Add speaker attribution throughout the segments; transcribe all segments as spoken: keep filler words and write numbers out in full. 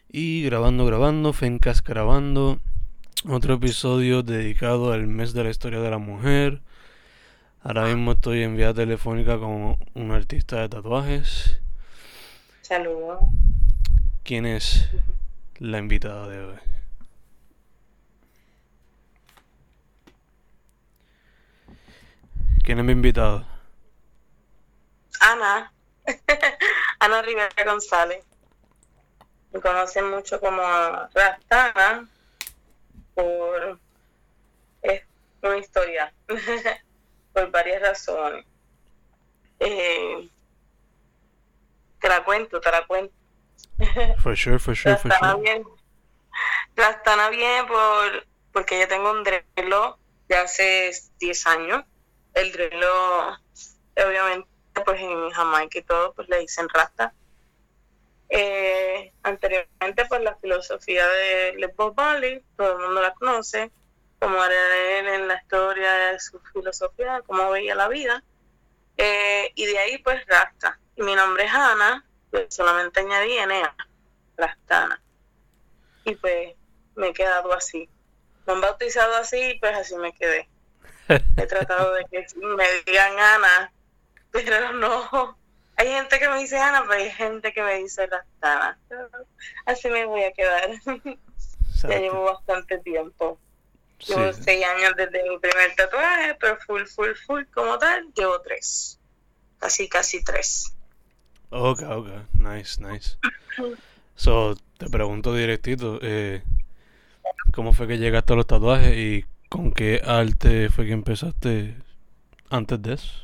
Speaker 1: Y grabando, grabando, Fencast grabando. Otro episodio dedicado al mes de la historia de la mujer. Ahora mismo estoy en vía telefónica con un artista de tatuajes.
Speaker 2: Saludos.
Speaker 1: ¿Quién es la invitada de hoy? ¿Quién es mi invitado?
Speaker 2: Ana. Ana Rivera González. Me conocen mucho como Rastana por es una historia, por varias razones. Eh, te la cuento, te la cuento.
Speaker 1: For sure, for sure, for
Speaker 2: Rastana
Speaker 1: sure.
Speaker 2: bien. Rastana bien por, porque yo tengo un dreadlock de hace diez años. El dreadlock, obviamente, pues en Jamaica y todo, pues le dicen Rasta. Eh, anteriormente, pues la filosofía de Le Bob Marley, todo el mundo la conoce, como era él en la historia de su filosofía, cómo veía la vida, eh, y de ahí pues Rasta. Y mi nombre es Ana, pues solamente añadí N A, Rastana, y pues me he quedado así. Me han bautizado así, pues así me quedé. He tratado de que me digan Ana, pero no. Hay gente que me dice Ana, pero hay gente que me dice Rastana. Así me voy a quedar. Ya
Speaker 1: Exacto.
Speaker 2: llevo bastante tiempo.
Speaker 1: Sí.
Speaker 2: Llevo seis años desde mi primer tatuaje, pero full, full, full como tal, llevo tres. Casi, casi tres.
Speaker 1: Ok, ok. Nice, nice. So, te pregunto directito, eh, ¿cómo fue que llegaste a los tatuajes y con qué arte fue que empezaste antes de eso?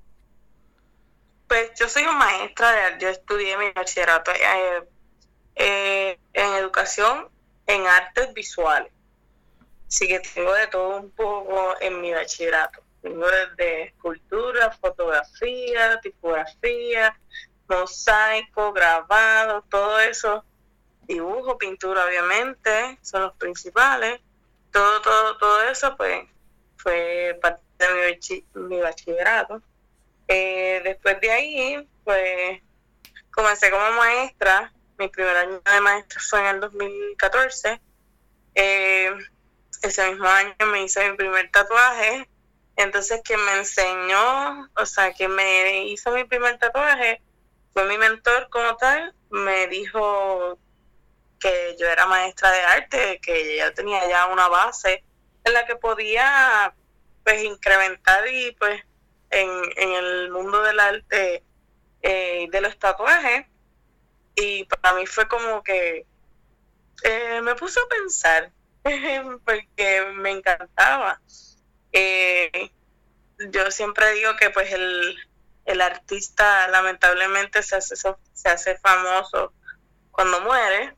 Speaker 2: Pues yo soy maestra de arte. Yo estudié mi bachillerato eh, eh, en educación en artes visuales. Así que tengo de todo un poco en mi bachillerato. Tengo desde escultura, fotografía, tipografía, mosaico, grabado, todo eso. Dibujo, pintura, obviamente, son los principales. Todo, todo, todo eso, pues, fue parte de mi, bachi- mi bachillerato. Eh, después de ahí, pues, comencé como maestra. Mi primer año de maestra fue en el dos mil catorce. Eh, ese mismo año me hice mi primer tatuaje. Entonces, quien me enseñó, o sea, quien me hizo mi primer tatuaje, fue mi mentor como tal. Me dijo que yo era maestra de arte, que ya tenía ya una base en la que podía, pues, incrementar y, pues, en, en el mundo del arte, eh, de los tatuajes. Y para mí fue como que eh, me puso a pensar, porque me encantaba. Eh, yo siempre digo que pues el, el artista lamentablemente se hace, se hace famoso cuando muere,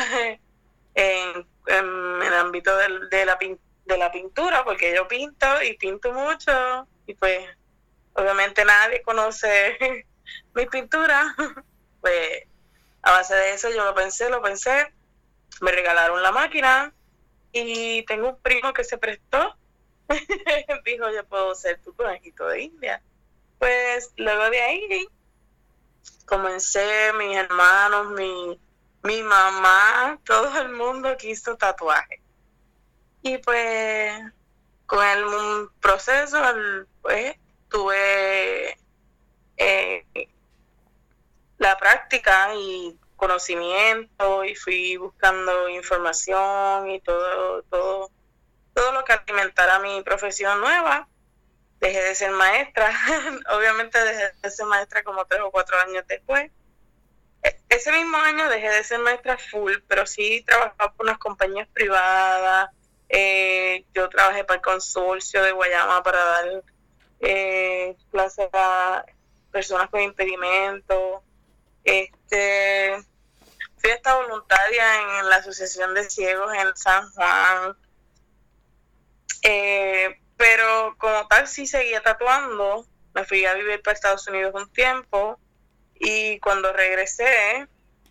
Speaker 2: en, en el ámbito del, de, la, de la pintura, porque yo pinto y pinto mucho, y pues obviamente nadie conoce mi pintura. Pues a base de eso yo lo pensé, lo pensé, me regalaron la máquina y tengo un primo que se prestó. Dijo, yo puedo ser tu conejito de India. Pues luego de ahí comencé, mis hermanos, mi, mi mamá, todo el mundo quiso tatuaje. Y pues con el proceso, pues tuve eh, la práctica y conocimiento y fui buscando información y todo, todo, todo lo que alimentara mi profesión nueva. Dejé de ser maestra, obviamente dejé de ser maestra como tres o cuatro años después. Ese mismo año dejé de ser maestra full, pero sí trabajaba por unas compañías privadas. Eh, yo trabajé para el consorcio de Guayama para dar eh, clases a personas con impedimentos. Este, fui hasta voluntaria en la Asociación de Ciegos en San Juan. Eh, pero como tal sí seguía tatuando. Me fui a vivir para Estados Unidos un tiempo y cuando regresé,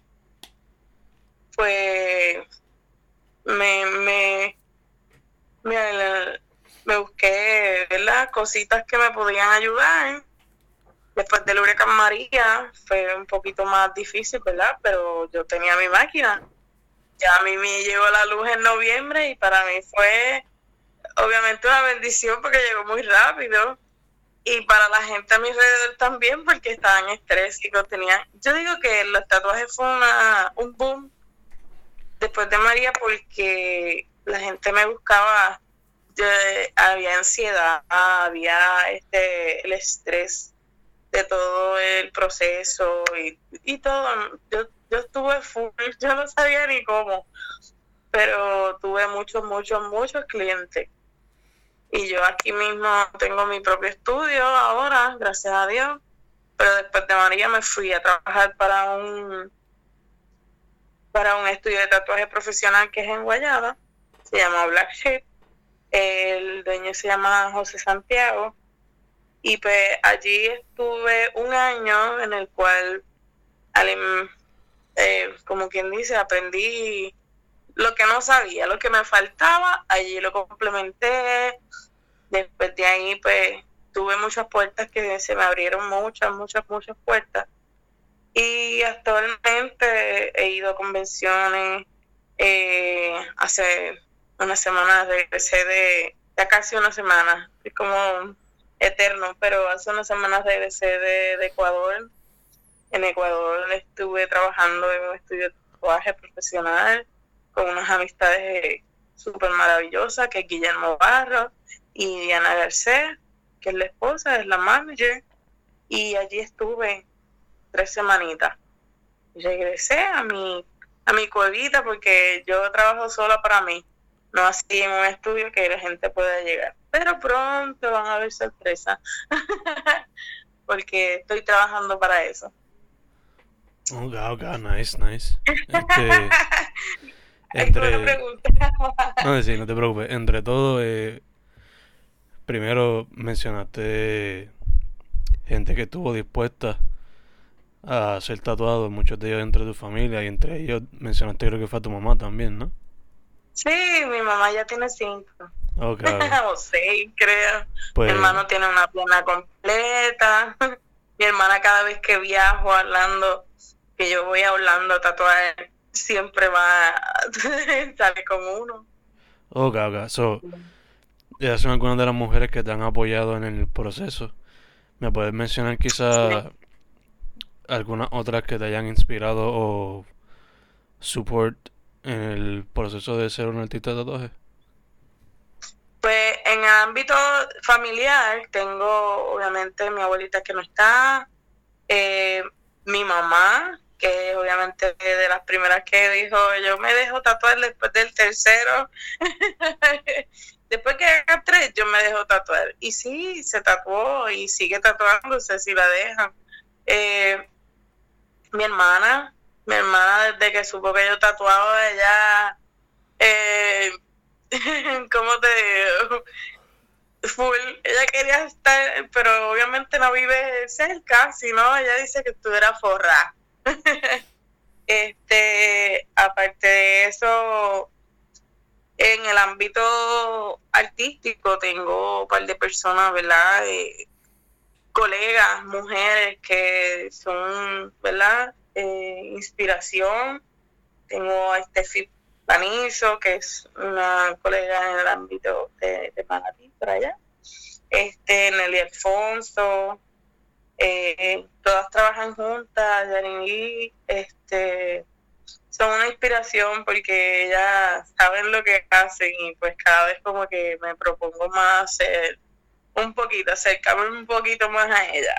Speaker 2: pues me, me, me, me busqué, ¿verdad?, cositas que me podían ayudar. Después del huracán María fue un poquito más difícil, ¿verdad? Pero yo tenía mi máquina Ya a mí me llegó la luz en noviembre y para mí fue obviamente una bendición porque llegó muy rápido. Y para la gente a mi alrededor también porque estaban estrésicos, tenían... Yo digo que los tatuajes fue una, un boom después de María porque la gente me buscaba, yo, había ansiedad, había este el estrés de todo el proceso y, y todo. Yo, yo estuve full, yo no sabía ni cómo, pero tuve muchos, muchos, muchos clientes. Y yo aquí mismo tengo mi propio estudio ahora, gracias a Dios. Pero después de María me fui a trabajar para un para un estudio de tatuaje profesional que es en Guayaba. Se llama Black Sheep. El dueño se llama José Santiago. Y pues allí estuve un año en el cual, eh, como quien dice, aprendí lo que no sabía, lo que me faltaba, allí lo complementé. Después de ahí, pues, tuve muchas puertas que se me abrieron, muchas, muchas, muchas puertas. Y actualmente he ido a convenciones. Eh, hace una semana regresé de, ya casi una semana, es como eterno, pero hace unas semanas regresé de, de Ecuador. En Ecuador estuve trabajando en un estudio de tatuaje profesional con unas amistades súper maravillosas, que es Guillermo Barro y Diana Garcés, que es la esposa, es la manager, y allí estuve tres semanitas. Regresé a mi, a mi cuevita porque yo trabajo sola para mí, no así en un estudio que la gente pueda llegar. Pero pronto van a haber sorpresas, porque estoy trabajando para eso.
Speaker 1: Oh, God, oh, God, nice, nice. Este,
Speaker 2: entre...
Speaker 1: No, sí, no te preocupes. Entre todo, eh, primero mencionaste gente que estuvo dispuesta a ser tatuado, muchos de ellos entre tu familia, y entre ellos mencionaste, creo que fue a tu mamá también, ¿no?
Speaker 2: Sí, mi mamá ya tiene cinco.
Speaker 1: Okay, okay.
Speaker 2: O seis, creo. Pues, mi hermano tiene una pierna completa. Mi hermana cada vez que viajo a Orlando, que yo voy a Orlando a tatuar, siempre va, sale con uno.
Speaker 1: Ok, ok. So, ellas son algunas de las mujeres que te han apoyado en el proceso. ¿Me puedes mencionar quizás sí. algunas otras que te hayan inspirado o support en el proceso de ser un artista de tatuaje?
Speaker 2: Pues en el ámbito familiar tengo obviamente mi abuelita que no está, eh, mi mamá, que obviamente de las primeras que dijo, yo me dejo tatuar después del tercero. Después que haga tres, yo me dejo tatuar. Y sí, se tatuó y sigue tatuándose si la dejan. Eh, mi hermana, mi hermana desde que supo que yo tatuaba, ella, eh, ¿cómo te digo? Full, ella quería estar, pero obviamente no vive cerca, sino ella dice que estuviera forrada. este, aparte de eso, en el ámbito artístico tengo un par de personas, ¿verdad? Eh, colegas, mujeres que son, ¿verdad? Eh, inspiración. Tengo a Steffi Panizo, que es una colega en el ámbito de, de Manatí, por allá. Este, Nelly Alfonso, eh, todas trabajan juntas, Janine Lee, este, son una inspiración porque ellas saben lo que hacen y pues cada vez como que me propongo más hacer un poquito, acercarme un poquito más a ella.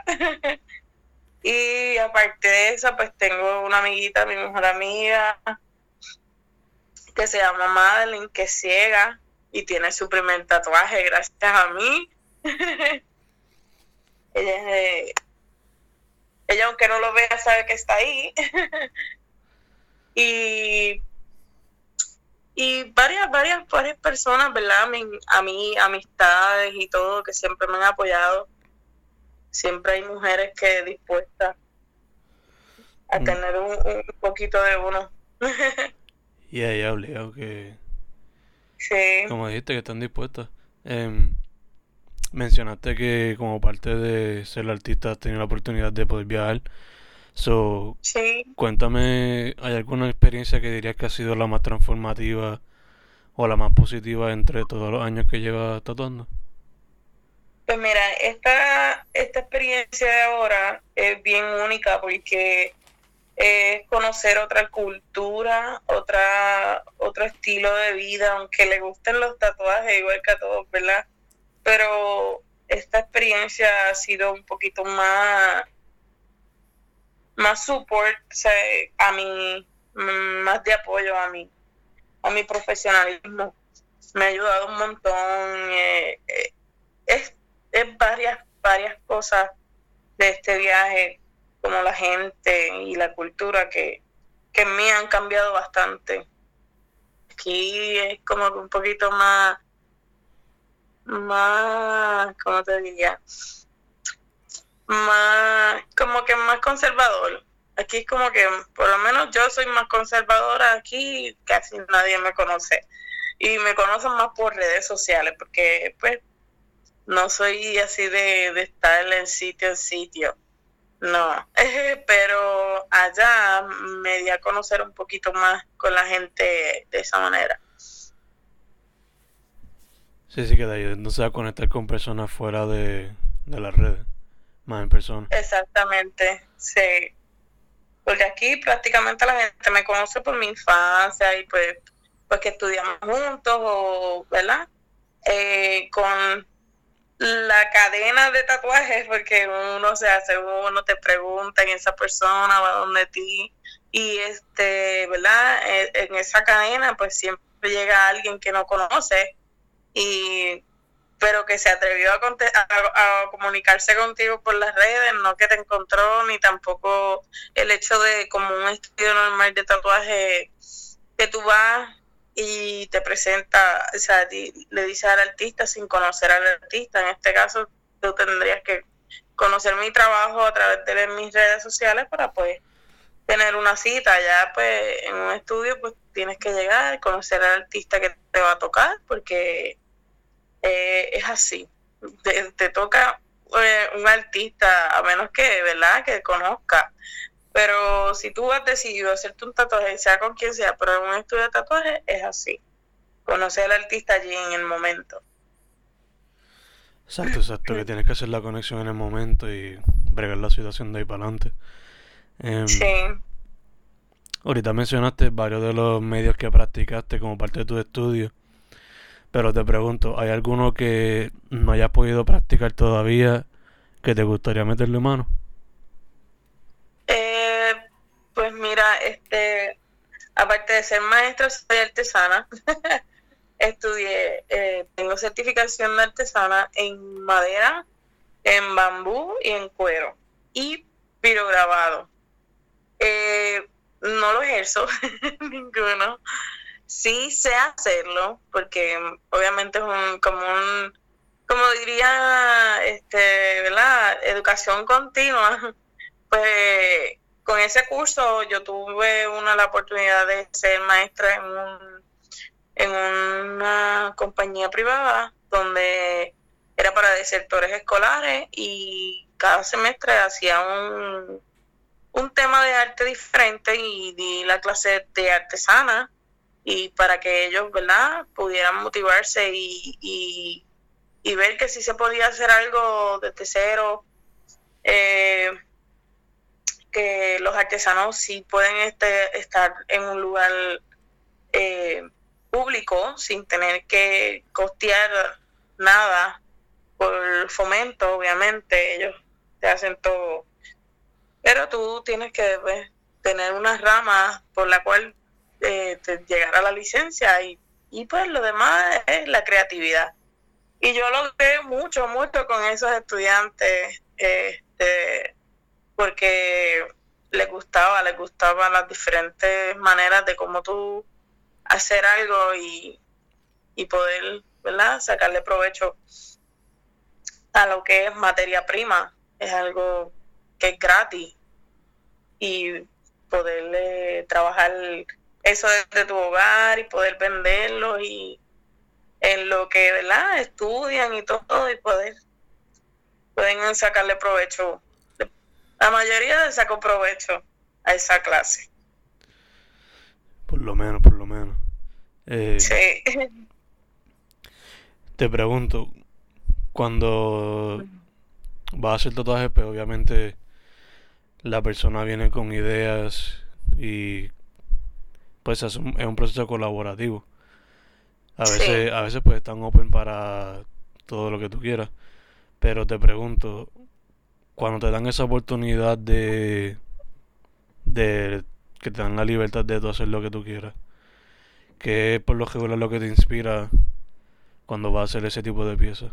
Speaker 2: Y aparte de eso, pues tengo una amiguita, mi mejor amiga, que se llama Madeline, que es ciega y tiene su primer tatuaje gracias a mí. ella es de... ella aunque no lo vea sabe que está ahí. y y varias varias varias personas, ¿verdad? A mí, a mí amistades y todo que siempre me han apoyado. Siempre hay mujeres que dispuestas a mm. tener un, un poquito de uno.
Speaker 1: Y ahí obligado que
Speaker 2: sí.
Speaker 1: Como dijiste, que están dispuestas. Eh, mencionaste que como parte de ser artista has tenido la oportunidad de poder viajar. So,
Speaker 2: Sí,
Speaker 1: cuéntame, ¿hay alguna experiencia que dirías que ha sido la más transformativa o la más positiva entre todos los años que llevas tatuando?
Speaker 2: pues mira, esta, esta experiencia de ahora es bien única porque es conocer otra cultura, otra, otro estilo de vida, aunque le gusten los tatuajes igual que a todos, ¿verdad? Pero esta experiencia ha sido un poquito más, más support, o sea, a mí, más de apoyo a mí, a mi profesionalismo. Me ha ayudado un montón. Eh, eh, es, es varias, varias cosas de este viaje, como la gente y la cultura que, que en mí han cambiado bastante. Aquí es como que un poquito más, más, ¿cómo te diría? Más, como que más conservador. Aquí es como que, por lo menos yo soy más conservadora aquí, casi nadie me conoce. Y me conocen más por redes sociales, porque pues no soy así de, de estar en sitio en sitio. No, pero allá me di a conocer un poquito más con la gente de esa manera.
Speaker 1: Sí, sí, que de ahí no se va a conectar con personas fuera de, de las redes, más en persona.
Speaker 2: Exactamente, sí. Porque aquí prácticamente la gente me conoce por mi infancia y pues, pues que estudiamos juntos, o, ¿verdad? Eh, con la cadena de tatuajes, porque uno se hace uno, te preguntan, esa persona va donde ti, y este, ¿verdad? En esa cadena pues siempre llega alguien que no conoce, y pero que se atrevió a, conte- a, a comunicarse contigo por las redes, no que te encontró, ni tampoco el hecho de como un estudio normal de tatuaje que tú vas y te presenta, o sea, le dices al artista sin conocer al artista. En este caso, tú tendrías que conocer mi trabajo a través de mis redes sociales para pues tener una cita. Ya pues en un estudio pues tienes que llegar, conocer al artista que te va a tocar, porque eh, es así. Te, te toca eh, un artista, a menos que, ¿verdad?, que conozca. Pero si tú has decidido hacerte un tatuaje, sea con quien sea, pero en un estudio de tatuaje, es así. Conocer al artista allí en el momento.
Speaker 1: Exacto, exacto, que tienes que hacer la conexión en el momento y bregar la situación de ahí para adelante.
Speaker 2: Sí.
Speaker 1: Eh, ahorita mencionaste varios de los medios que practicaste como parte de tu estudio, pero te pregunto, ¿hay alguno que no hayas podido practicar todavía que te gustaría meterle mano?
Speaker 2: Eh, pues mira, este, aparte de ser maestra, soy artesana. Estudié, eh, tengo certificación de artesana en madera, en bambú y en cuero. Y pirograbado. Eh, no lo ejerzo, ninguno. Sí sé hacerlo, porque obviamente es un, como un, como diría, este, ¿verdad? Educación continua. Pues con ese curso yo tuve una la oportunidad de ser maestra en un, en una compañía privada donde era para desertores escolares, y cada semestre hacía un, un tema de arte diferente y di la clase de artesana, y para que ellos, ¿verdad?, pudieran motivarse y, y, y ver que sí se podía hacer algo desde cero, eh, que los artesanos sí pueden este, estar en un lugar eh, público sin tener que costear nada por fomento. Obviamente ellos te hacen todo, pero tú tienes que pues, tener una rama por la cual eh, te llegar a la licencia, y, y pues lo demás es la creatividad. Y yo logré mucho, mucho con esos estudiantes, este, porque les gustaba, les gustaban las diferentes maneras de cómo tú hacer algo y, y poder, ¿verdad?, sacarle provecho a lo que es materia prima. Es algo que es gratis, y poderle trabajar eso desde tu hogar y poder venderlo, y en lo que, ¿verdad?, estudian y todo, y poder pueden sacarle provecho La mayoría le sacó provecho a esa clase.
Speaker 1: Por lo menos, por lo menos. Eh,
Speaker 2: Sí.
Speaker 1: te pregunto, cuando vas a hacer tatuajes, pues obviamente la persona viene con ideas y pues es un, es un proceso colaborativo. A
Speaker 2: Sí.
Speaker 1: veces, a veces pues están open para todo lo que tú quieras. Pero te pregunto, cuando te dan esa oportunidad de, de que te dan la libertad de tú hacer lo que tú quieras, ¿qué es por lo regular lo que te inspira cuando vas a hacer ese tipo de piezas?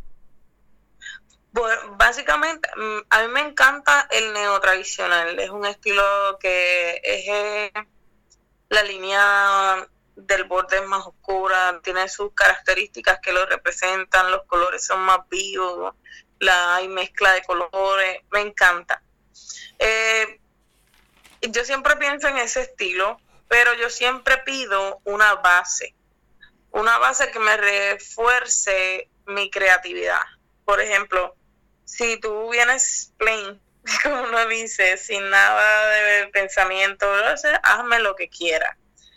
Speaker 2: Bueno, básicamente, mm, a mí me encanta el neotradicional. Es un estilo que es eh, la línea del borde es más oscura, tiene sus características que lo representan, los colores son más vivos, la hay mezcla de colores, me encanta. Eh, yo siempre pienso en ese estilo, pero yo siempre pido una base, una base que me refuerce mi creatividad. Por ejemplo, si tú vienes plain, como uno dice, sin nada de pensamiento, no sé, hazme lo que quieras.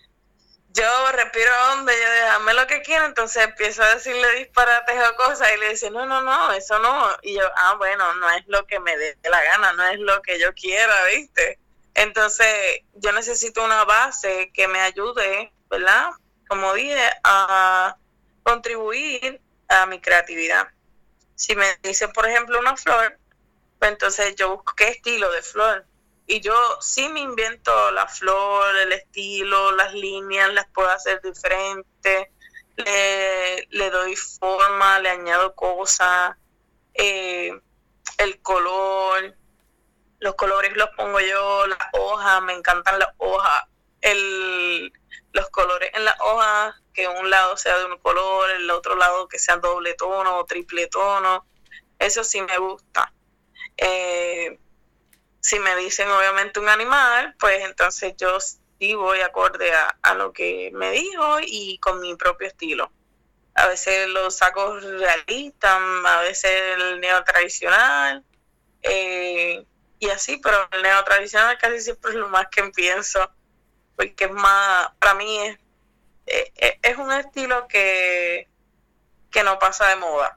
Speaker 2: Yo respiro hondo, yo digo, hazme lo que quiera, entonces empiezo a decirle disparates o cosas y le dice, no, no, no, eso no. Y yo, ah, bueno, no es lo que me dé la gana, no es lo que yo quiera, ¿viste? Entonces, yo necesito una base que me ayude, ¿verdad? Como dije, a contribuir a mi creatividad. Si me dicen, por ejemplo, una flor, pues entonces yo busco qué estilo de flor. Y yo sí me invento la flor, el estilo, las líneas, las puedo hacer diferentes, le, le doy forma, le añado cosas, eh, el color, los colores los pongo yo, las hojas, me encantan las hojas, el, los colores en las hojas, que un lado sea de un color, el otro lado que sea doble tono o triple tono, eso sí me gusta. Eh, si me dicen obviamente un animal, pues entonces yo sí voy acorde a, a lo que me dijo y con mi propio estilo. A veces los saco realistas, a veces el neotradicional, eh, y así, pero el neotradicional casi siempre es lo más que pienso, porque es más, para mí es, es, es un estilo que, que no pasa de moda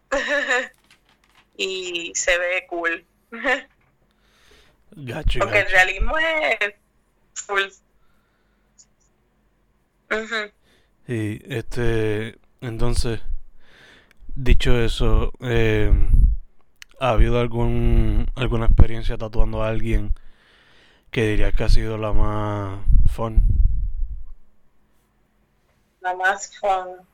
Speaker 2: y se ve cool.
Speaker 1: Gacho,
Speaker 2: Porque el
Speaker 1: gacho.
Speaker 2: realismo es full. Uh-huh.
Speaker 1: Y este, entonces, dicho eso, eh, ¿ha habido algún alguna experiencia tatuando a alguien que dirías que ha sido la más fun?
Speaker 2: La más fun.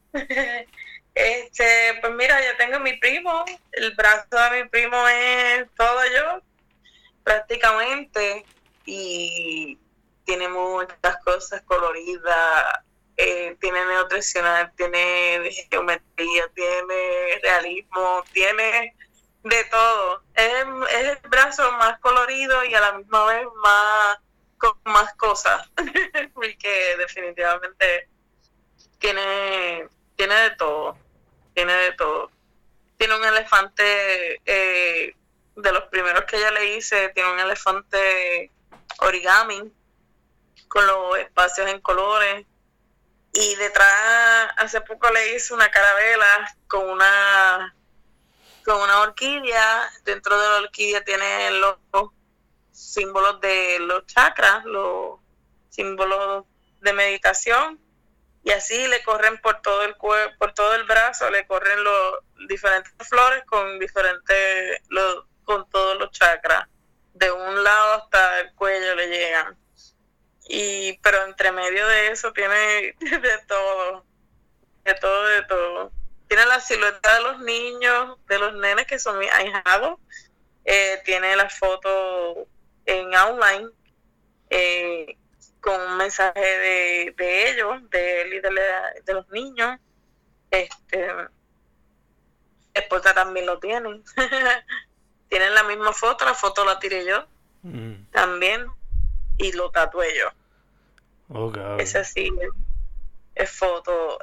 Speaker 2: Este, pues mira, yo tengo a mi primo, el brazo de mi primo es todo yo, prácticamente, y tiene muchas cosas coloridas, eh, tiene neotradicional, tiene geometría, tiene realismo, tiene de todo. Es, es el brazo más colorido y a la misma vez más con más cosas, porque definitivamente tiene, tiene de todo, tiene de todo. Tiene un elefante, eh, de los primeros que yo le hice, tiene un elefante origami con los espacios en colores. Y detrás, hace poco le hice una carabela con una con una orquídea. Dentro de la orquídea tiene los símbolos de los chakras, los símbolos de meditación. Y así le corren por todo el cuerpo, por todo el brazo, le corren los diferentes flores con diferentes, los, con todos los chakras. De un lado hasta el cuello le llegan. Y, pero entre medio de eso tiene de todo, de todo, de todo. Tiene la silueta de los niños, de los nenes que son mis ahijados. Eh, tiene la foto en outline, eh, con un mensaje de, de ellos, de él y de, la, de los niños. Este, esposa también lo tienen. Tienen la misma foto, la foto la tiré yo mm. también, y lo tatué yo.
Speaker 1: Okay.
Speaker 2: Esa sí es, es foto,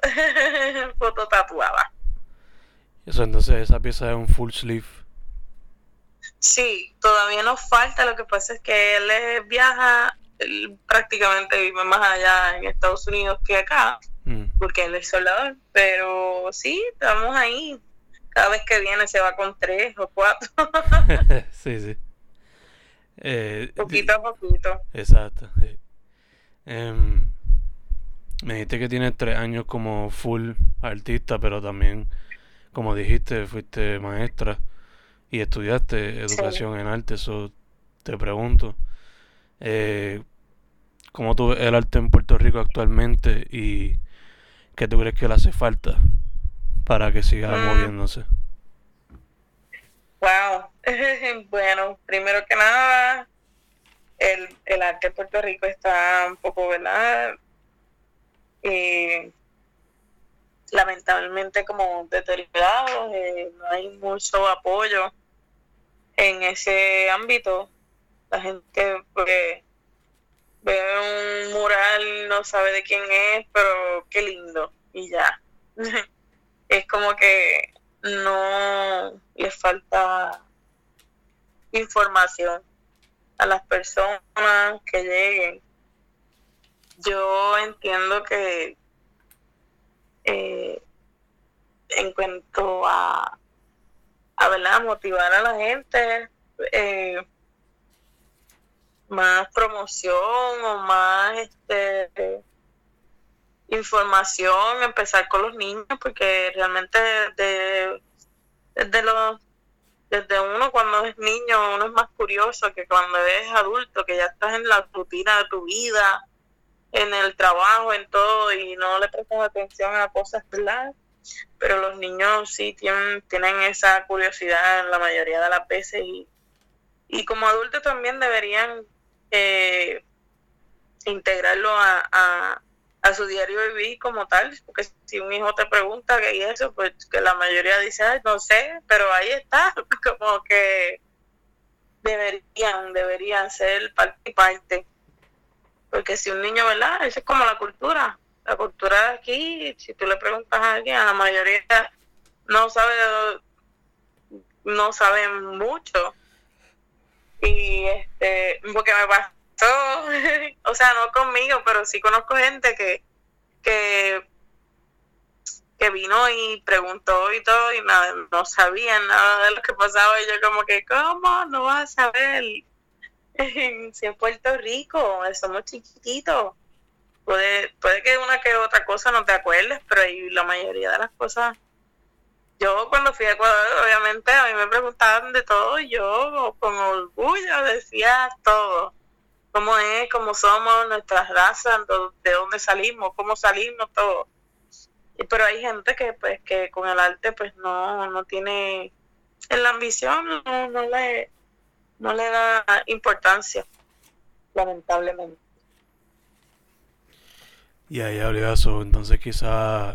Speaker 2: foto tatuada.
Speaker 1: Eso, entonces esa pieza es un full sleeve.
Speaker 2: Sí, todavía nos falta, lo que pasa es que él eh, viaja, él prácticamente vive más allá en Estados Unidos que acá,
Speaker 1: Mm.
Speaker 2: porque él es soldador, pero sí, estamos ahí, cada vez que viene se va con tres o cuatro,
Speaker 1: Sí, sí. Eh,
Speaker 2: poquito
Speaker 1: di-
Speaker 2: a poquito.
Speaker 1: exacto. Sí. Em, Me dijiste que tienes tres años como full artista, pero también, como dijiste, fuiste maestra y estudiaste
Speaker 2: Sí.
Speaker 1: educación en arte. Eso te pregunto, eh, ¿cómo tú ves el arte en Puerto Rico actualmente y qué tú crees que le hace falta para que siga
Speaker 2: Mm,
Speaker 1: moviéndose?
Speaker 2: wow. Bueno, primero que nada, el, el arte de Puerto Rico está un poco, ¿verdad? Eh, lamentablemente como deteriorado, eh, no hay mucho apoyo en ese ámbito. La gente pues, ve un mural, no sabe de quién es, pero qué lindo, y ya. Es como que no le falta información a las personas que lleguen. Yo entiendo que eh, en cuanto a, a ¿verdad? Motivar a la gente, eh, más promoción o más este información, empezar con los niños, porque realmente de, desde los desde uno cuando es niño, uno es más curioso que cuando eres adulto, que ya estás en la rutina de tu vida, en el trabajo, en todo, y no le prestas atención a cosas, ¿verdad? Pero los niños sí tienen, tienen esa curiosidad la mayoría de las veces, y, y como adultos también deberían eh, integrarlo a, a, a su diario vivir como tal, porque si un hijo te pregunta qué es eso, pues que la mayoría dice, ay, no sé, pero ahí está, como que deberían, deberían ser parte y parte, porque si un niño, ¿verdad? Eso es como la cultura, la cultura de aquí, si tú le preguntas a alguien, a la mayoría no sabe, no saben mucho, y este, porque me pasó, o sea, no conmigo, pero sí conozco gente que, que, que vino y preguntó y todo, y nada, no sabían nada de lo que pasaba, y yo como que, ¿cómo no vas a saber? Si en Puerto Rico, somos chiquititos, puede, puede que una que otra cosa no te acuerdes, pero ahí la mayoría de las cosas, yo cuando fui a Ecuador, obviamente a mí me preguntaban de todo y yo con orgullo decía todo, cómo es, cómo somos, nuestras razas, de dónde salimos, cómo salimos, todo. Y, pero hay gente que pues que con el arte pues no, no tiene, en la ambición no, no le, no le da importancia, lamentablemente.
Speaker 1: Y ahí habría eso, entonces quizá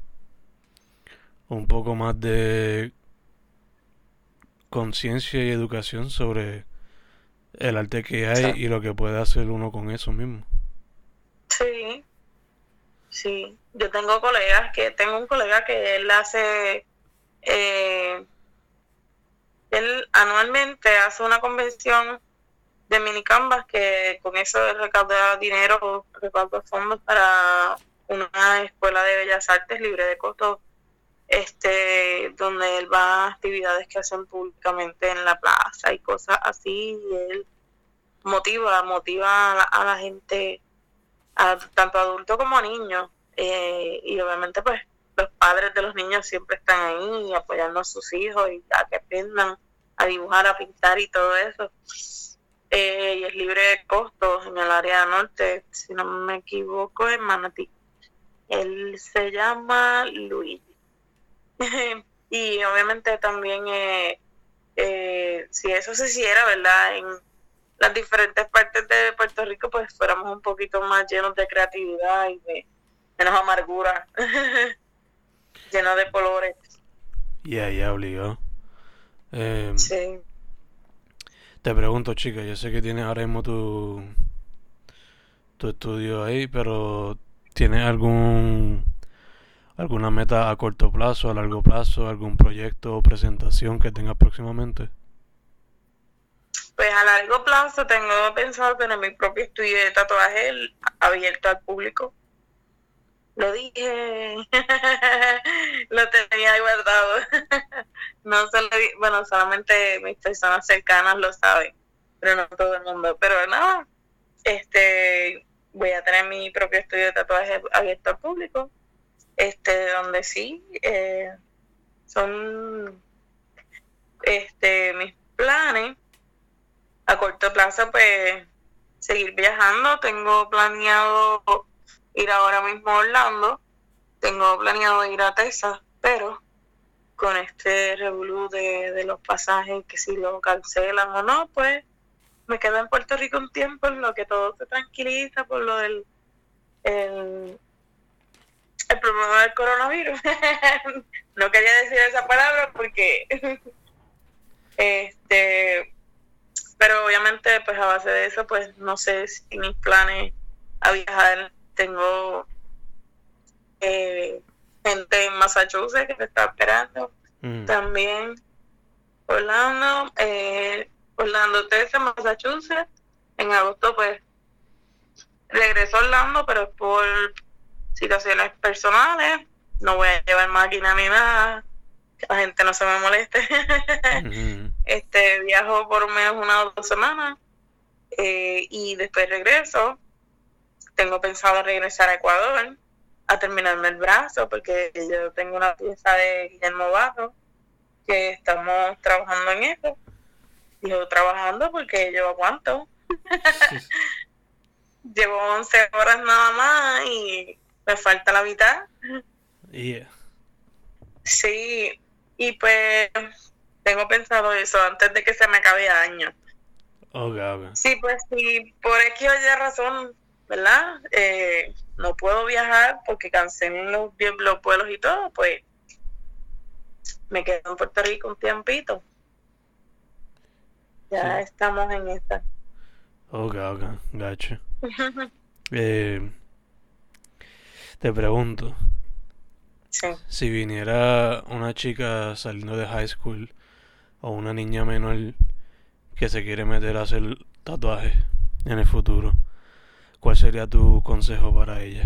Speaker 1: un poco más de conciencia y educación sobre el arte que hay
Speaker 2: Sí,
Speaker 1: y lo que puede hacer uno con eso mismo.
Speaker 2: sí, sí. Yo tengo colegas que, tengo un colega que él hace, eh, él anualmente hace una convención de mini canvas que con eso él recauda dinero, recauda fondos para una escuela de bellas artes libre de costo, este, donde él va a actividades que hacen públicamente en la plaza y cosas así, y él motiva, motiva a la, a la gente, a, tanto adultos como a niños, eh, y obviamente pues los padres de los niños siempre están ahí apoyando a sus hijos y a que aprendan a dibujar, a pintar y todo eso. Eh, y es libre de costos en el área norte, si no me equivoco, en Manatí. Él se llama Luis. Y obviamente también, eh, eh, si eso se hiciera, ¿verdad? En las diferentes partes de Puerto Rico, pues fuéramos un poquito más llenos de creatividad y de menos amargura, llenos de colores.
Speaker 1: Y ahí obligado. Eh,
Speaker 2: Sí.
Speaker 1: Te pregunto, chica, yo sé que tienes ahora mismo tu, tu estudio ahí, pero ¿tienes algún alguna meta a corto plazo, a largo plazo, algún proyecto o presentación que tengas próximamente?
Speaker 2: pues a largo plazo tengo pensado tener mi propio estudio de tatuaje abierto al público. Lo dije, lo tenía guardado. No se lo di, bueno, solamente mis personas cercanas lo saben, pero no todo el mundo. Pero no, este, voy a tener mi propio estudio de tatuaje abierto al público, este, donde sí, eh, son, este, mis planes a corto plazo, pues, seguir viajando. Tengo planeado ir ahora mismo a Orlando, tengo planeado ir a Texas, pero con este revolú de, de los pasajes, que si lo cancelan o no, pues me quedo en Puerto Rico un tiempo en lo que todo se tranquiliza por lo del el, el problema del coronavirus. No quería decir esa palabra porque este pero obviamente pues a base de eso pues no sé si mis planes a viajar. Tengo eh, gente en Massachusetts que me está esperando. Mm. También Orlando, eh, Orlando, Texas, Massachusetts. En agosto, pues, regreso a Orlando, pero por situaciones personales. No voy a llevar máquina ni nada. Que la gente no se me moleste. Mm-hmm. Este, viajo por un mes, una o dos semanas. Eh, y después regreso. Tengo pensado regresar a Ecuador a terminarme el brazo, porque yo tengo una pieza de Guillermo Barro que estamos trabajando en eso. Yo trabajando porque yo aguanto. Llevo once horas nada más y me falta la mitad.
Speaker 1: Yeah.
Speaker 2: Sí, y pues tengo pensado eso antes de que se me acabe el año.
Speaker 1: Okay, okay.
Speaker 2: Sí, pues sí, por X o Y razón, ¿verdad? Eh, no puedo viajar porque cancelen los, los vuelos y todo, pues me quedo en Puerto Rico un tiempito. Ya sí. Estamos en esta.
Speaker 1: Ok, ok, gacho. eh, te pregunto,
Speaker 2: sí.
Speaker 1: Si viniera una chica saliendo de high school o una niña menor que se quiere meter a hacer tatuajes en el futuro, ¿cuál sería tu consejo para ella?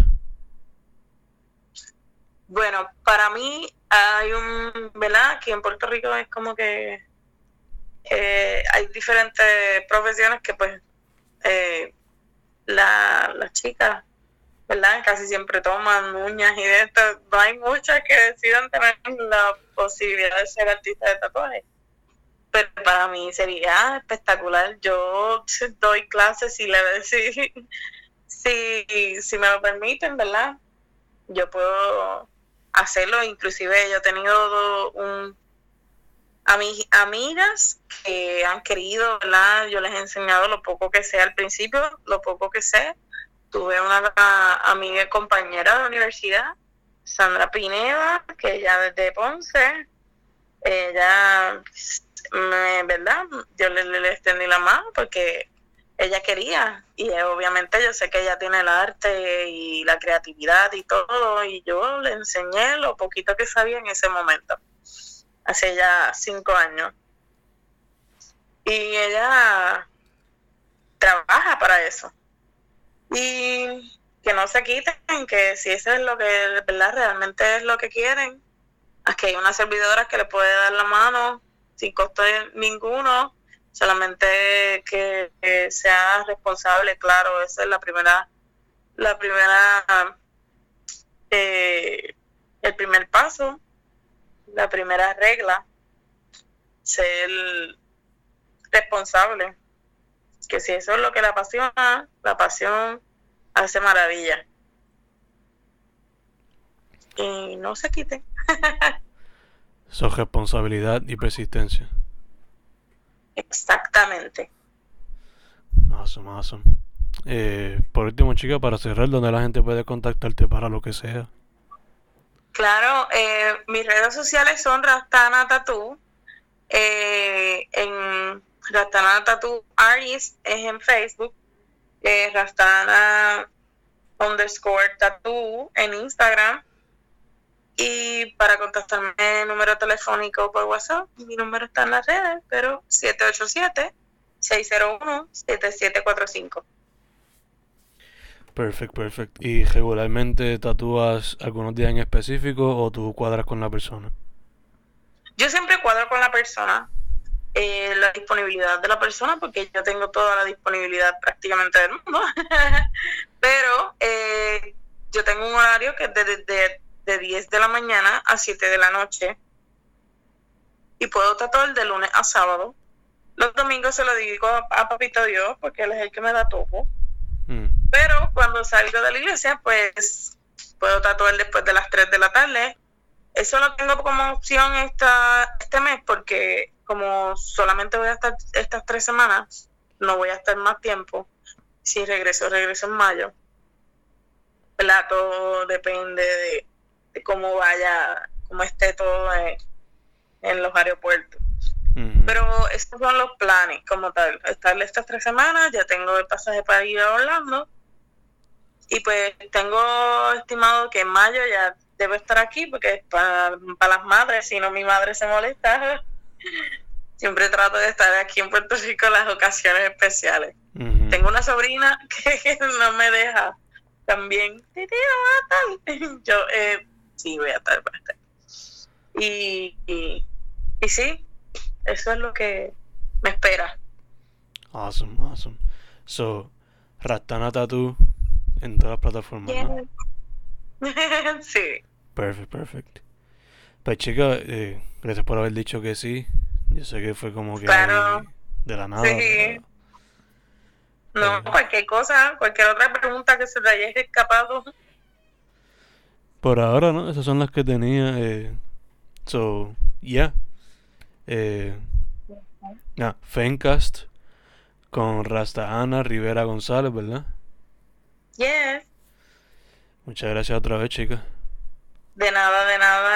Speaker 2: Bueno, para mí hay un, ¿verdad? Aquí en Puerto Rico es como que eh, hay diferentes profesiones que pues eh, la, las chicas, ¿verdad? Casi siempre toman uñas y de esto. No hay muchas que decidan tener la posibilidad de ser artista de tatuaje. Pero para mí sería espectacular. Yo doy clases si, le, si, si, si me lo permiten, ¿verdad? Yo puedo hacerlo. Inclusive yo he tenido un, a mis amigas que han querido, ¿verdad? Yo les he enseñado lo poco que sé al principio, lo poco que sé. Tuve una amiga y compañera de la universidad, Sandra Pineda, que ella desde Ponce, ella, me, ¿verdad? Yo le, le extendí la mano porque ella quería, y obviamente yo sé que ella tiene el arte y la creatividad y todo, y yo le enseñé lo poquito que sabía en ese momento, hace ya cinco años. Y ella trabaja para eso. Y que no se quiten, que si eso es lo que, ¿verdad? Realmente es lo que quieren. Aquí hay una servidora que le puede dar la mano sin costo ninguno, solamente que, que sea responsable, claro. Esa es la primera, la primera, eh, el primer paso, la primera regla, ser responsable. Que si eso es lo que la apasiona, la pasión hace maravilla. Y no se quiten.
Speaker 1: Son responsabilidad y persistencia.
Speaker 2: Exactamente.
Speaker 1: Awesome, awesome. Eh, por último, chica, para cerrar, ¿dónde la gente puede contactarte para lo que sea?
Speaker 2: Claro, eh, mis redes sociales son Rastana Tattoo. Eh, en Rastana Tattoo Artist es en Facebook, eh, Rastana underscore Tattoo en Instagram, y para contactarme el número telefónico por WhatsApp, mi número está en las redes, pero siete ocho siete, seis cero uno, siete siete cuatro cinco.
Speaker 1: Perfecto, perfecto. ¿Y regularmente tatúas algunos días en específico o tú cuadras con la persona?
Speaker 2: Yo siempre cuadro con la persona, eh, la disponibilidad de la persona, porque yo tengo toda la disponibilidad prácticamente del mundo. Pero eh, yo tengo un horario que es de, de, de, de diez de la mañana a siete de la noche. Y puedo tatuar de lunes a sábado. Los domingos se lo dedico a, a Papito Dios, porque él es el que me da todo. Mm. Pero cuando salgo de la iglesia, pues puedo tatuar después de las tres de la tarde. Eso lo tengo como opción esta, este mes, porque como solamente voy a estar estas tres semanas, no voy a estar más tiempo. Si regreso, regreso en mayo. ¿Verdad? Todo depende de, de cómo vaya, cómo esté todo en, en los aeropuertos. Uh-huh. Pero estos son los planes como tal. Estar estas tres semanas, ya tengo el pasaje para ir a Orlando. Y pues tengo estimado que en mayo ya debo estar aquí, porque es para, para las madres, si no mi madre se molesta. Siempre trato de estar aquí en Puerto Rico en las ocasiones especiales. Uh-huh. Tengo una sobrina que no me deja también. Titi, no va a estar. Yo, eh, sí, voy a estar, voy a estar. Y, y, y sí, eso es lo que me espera.
Speaker 1: Awesome, awesome. So, Rastana Tattoo en todas las plataformas, yeah. ¿No?
Speaker 2: Sí.
Speaker 1: Perfect, perfect. Pues chica, eh, gracias por haber dicho que sí. Yo sé que fue como que
Speaker 2: claro.
Speaker 1: De la nada.
Speaker 2: Sí. Pero... No, eh. cualquier cosa, cualquier otra pregunta que se te haya escapado.
Speaker 1: Por ahora, ¿no? Esas son las que tenía. Eh, so, yeah. Eh, uh-huh. Nah, Fencast con Rasta Ana Rivera González, ¿verdad?
Speaker 2: Yes.
Speaker 1: Muchas gracias otra vez, chica.
Speaker 2: De nada, de nada.